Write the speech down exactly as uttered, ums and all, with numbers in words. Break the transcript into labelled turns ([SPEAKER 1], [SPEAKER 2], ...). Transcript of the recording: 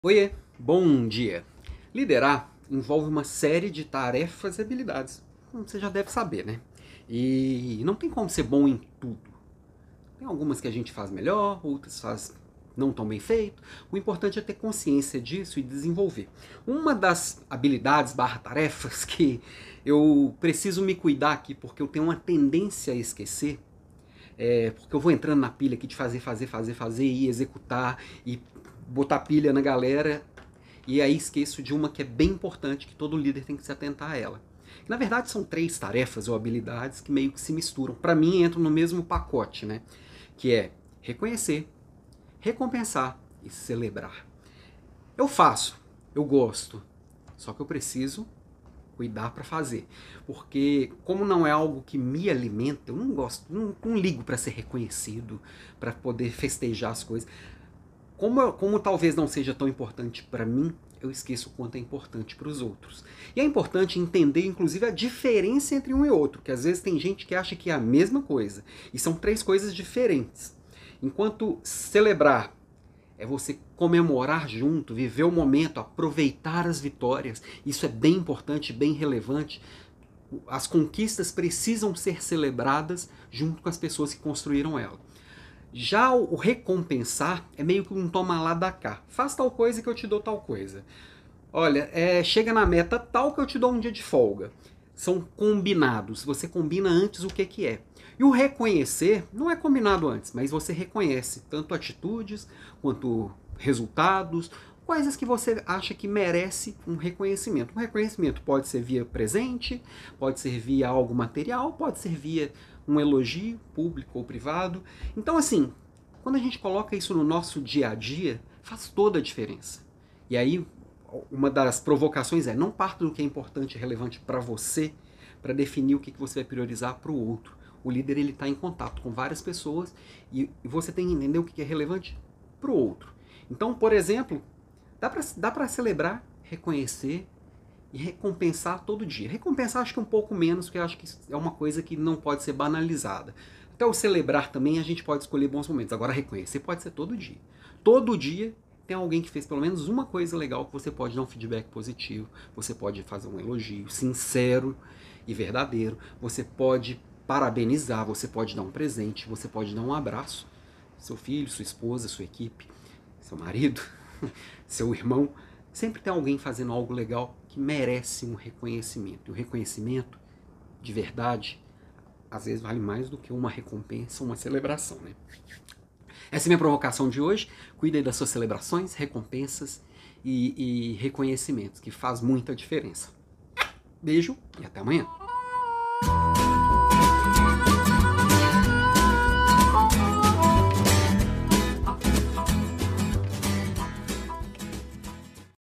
[SPEAKER 1] Oiê, bom dia! Liderar envolve uma série de tarefas e habilidades, como você já deve saber, né? E não tem como ser bom em tudo. Tem algumas que a gente faz melhor, outras faz não tão bem feito. O importante é ter consciência disso e desenvolver. Uma das habilidades barra tarefas que eu preciso me cuidar aqui, porque eu tenho uma tendência a esquecer, é, porque eu vou entrando na pilha aqui de fazer, fazer, fazer, fazer, e executar, e botar pilha na galera, e aí esqueço de uma que é bem importante, que todo líder tem que se atentar a ela. Na verdade são três tarefas ou habilidades que meio que se misturam. Para mim entram no mesmo pacote, né? Que é reconhecer, recompensar e celebrar. Eu faço, eu gosto, só que eu preciso cuidar para fazer, porque como não é algo que me alimenta, eu não gosto, não, não ligo para ser reconhecido, para poder festejar as coisas. Como, eu, como talvez não seja tão importante para mim, eu esqueço o quanto é importante para os outros. E é importante entender, inclusive, a diferença entre um e outro, que às vezes tem gente que acha que é a mesma coisa, e são três coisas diferentes. Enquanto celebrar é você comemorar junto, viver o momento, aproveitar as vitórias. Isso é bem importante, bem relevante. As conquistas precisam ser celebradas junto com as pessoas que construíram ela. Já o recompensar é meio que um toma lá da cá. Faz tal coisa que eu te dou tal coisa. Olha, é, chega na meta tal que eu te dou um dia de folga. São combinados, você combina antes o que, que é. E o reconhecer não é combinado antes, mas você reconhece tanto atitudes quanto resultados, coisas que você acha que merece um reconhecimento. Um reconhecimento pode ser via presente, pode ser via algo material, pode ser via um elogio público ou privado. Então assim, quando a gente coloca isso no nosso dia a dia, faz toda a diferença. E aí uma das provocações é: não parta do que é importante e relevante para você para definir o que você vai priorizar para o outro. O líder ele está em contato com várias pessoas e você tem que entender o que é relevante para o outro. Então, por exemplo, dá para dá para celebrar, reconhecer e recompensar todo dia. Recompensar acho que um pouco menos, porque eu acho que é uma coisa que não pode ser banalizada. Até o celebrar também a gente pode escolher bons momentos. Agora reconhecer pode ser todo dia. Todo dia tem alguém que fez pelo menos uma coisa legal que você pode dar um feedback positivo, você pode fazer um elogio sincero e verdadeiro, você pode parabenizar, você pode dar um presente, você pode dar um abraço. Seu filho, sua esposa, sua equipe, seu marido, seu irmão, sempre tem alguém fazendo algo legal que merece um reconhecimento. E o reconhecimento, de verdade, às vezes vale mais do que uma recompensa, uma celebração, né? Essa é a minha provocação de hoje. Cuide das suas celebrações, recompensas e, e reconhecimentos, que faz muita diferença. Beijo e até amanhã.